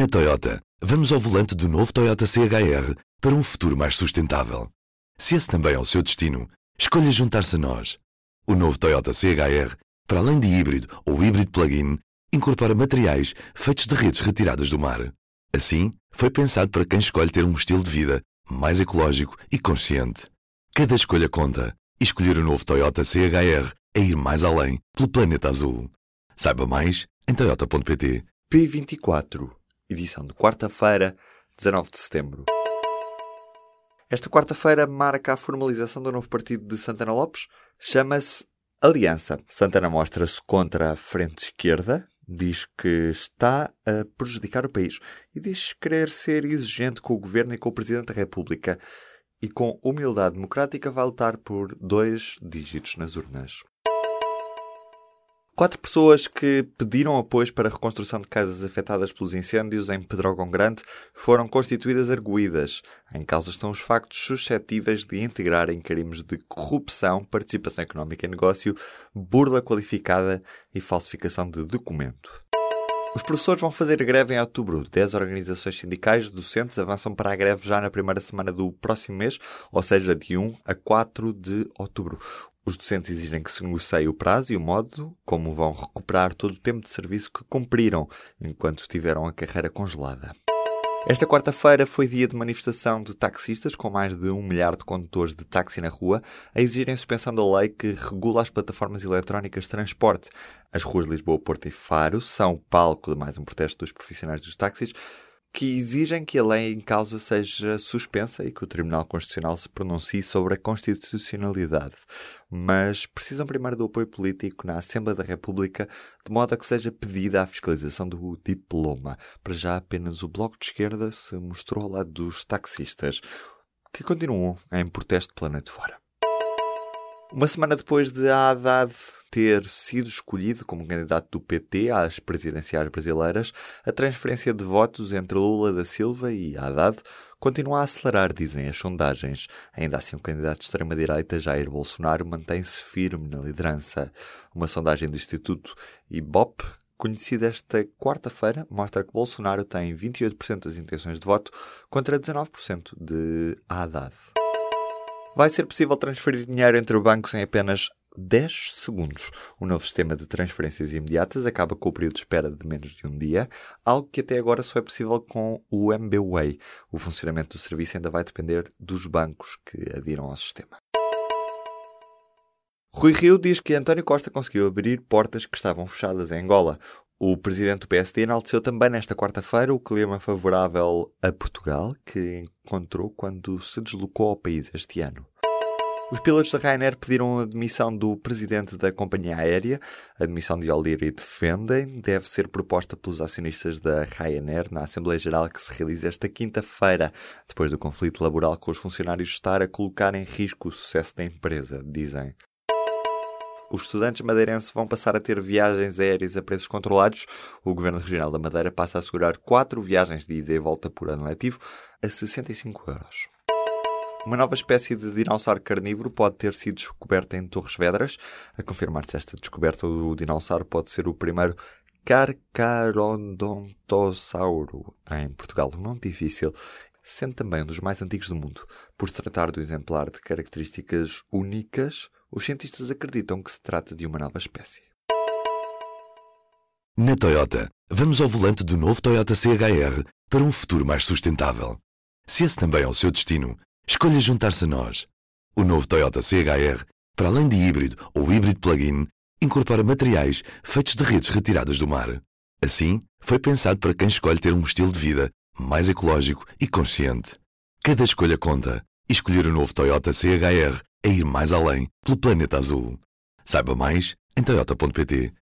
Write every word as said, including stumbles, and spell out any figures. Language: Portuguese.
Na Toyota, vamos ao volante do novo Toyota C H R para um futuro mais sustentável. Se esse também é o seu destino, escolha juntar-se a nós. O novo Toyota C H R, para além de híbrido ou híbrido plug-in, incorpora materiais feitos de redes retiradas do mar. Assim, foi pensado para quem escolhe ter um estilo de vida mais ecológico e consciente. Cada escolha conta, e escolher o novo Toyota C H R é ir mais além pelo planeta azul. Saiba mais em toyota ponto pt. P vinte e quatro, edição de quarta-feira, dezanove de setembro. Esta quarta-feira marca a formalização do novo partido de Santana Lopes. Chama-se Aliança. Santana mostra-se contra a frente esquerda, diz que está a prejudicar o país e diz querer ser exigente com o Governo e com o Presidente da República. E com humildade democrática vai lutar por dois dígitos nas urnas. Quatro pessoas que pediram apoio para a reconstrução de casas afetadas pelos incêndios em Pedrógão Grande foram constituídas arguídas. Em causa estão os factos suscetíveis de integrarem crimes de corrupção, participação económica em negócio, burla qualificada e falsificação de documento. Os professores vão fazer greve em outubro. Dez organizações sindicais docentes avançam para a greve já na primeira semana do próximo mês, ou seja, de um a quatro de outubro. Os docentes exigem que se negocie o prazo e o modo como vão recuperar todo o tempo de serviço que cumpriram enquanto tiveram a carreira congelada. Esta quarta-feira foi dia de manifestação de taxistas, com mais de um milhar de condutores de táxi na rua, a exigirem suspensão da lei que regula as plataformas eletrónicas de transporte. As ruas de Lisboa, Porto e Faro são o palco de mais um protesto dos profissionais dos táxis, que exigem que a lei em causa seja suspensa e que o Tribunal Constitucional se pronuncie sobre a constitucionalidade. Mas precisam primeiro do apoio político na Assembleia da República, de modo a que seja pedida a fiscalização do diploma. Para já apenas o Bloco de Esquerda se mostrou ao lado dos taxistas, que continuam em protesto pela noite fora. Uma semana depois de Haddad ter sido escolhido como candidato do P T às presidenciais brasileiras, a transferência de votos entre Lula da Silva e Haddad continua a acelerar, dizem as sondagens. Ainda assim, o candidato de extrema-direita, Jair Bolsonaro, mantém-se firme na liderança. Uma sondagem do Instituto Ibope, conhecida esta quarta-feira, mostra que Bolsonaro tem vinte e oito por cento das intenções de voto contra dezanove por cento de Haddad. Vai ser possível transferir dinheiro entre bancos em apenas dez segundos. O novo sistema de transferências imediatas acaba com o período de espera de menos de um dia, algo que até agora só é possível com o M B Way. O funcionamento do serviço ainda vai depender dos bancos que adiram ao sistema. Rui Rio diz que António Costa conseguiu abrir portas que estavam fechadas em Angola. O presidente do P S D enalteceu também nesta quarta-feira o clima favorável a Portugal, que encontrou quando se deslocou ao país este ano. Os pilotos da Ryanair pediram a demissão do presidente da companhia aérea. A demissão de O'Leary defendem deve ser proposta pelos acionistas da Ryanair na Assembleia Geral que se realiza esta quinta-feira, depois do conflito laboral com os funcionários estar a colocar em risco o sucesso da empresa, dizem. Os estudantes madeirenses vão passar a ter viagens aéreas a preços controlados. O Governo Regional da Madeira passa a assegurar quatro viagens de ida e volta por ano letivo a sessenta e cinco euros. Uma nova espécie de dinossauro carnívoro pode ter sido descoberta em Torres Vedras. A confirmar-se esta descoberta, o dinossauro pode ser o primeiro Carcharodontosauro em Portugal. Um nome difícil, sendo também um dos mais antigos do mundo. Por se tratar de um exemplar de características únicas, os cientistas acreditam que se trata de uma nova espécie. Na Toyota, vamos ao volante do novo Toyota C H R para um futuro mais sustentável. Se esse também é o seu destino, escolha juntar-se a nós. O novo Toyota C H R, para além de híbrido ou híbrido plug-in, incorpora materiais feitos de redes retiradas do mar. Assim, foi pensado para quem escolhe ter um estilo de vida mais ecológico e consciente. Cada escolha conta, e escolher o novo Toyota C H R é ir mais além pelo planeta azul. Saiba mais em toyota ponto pt.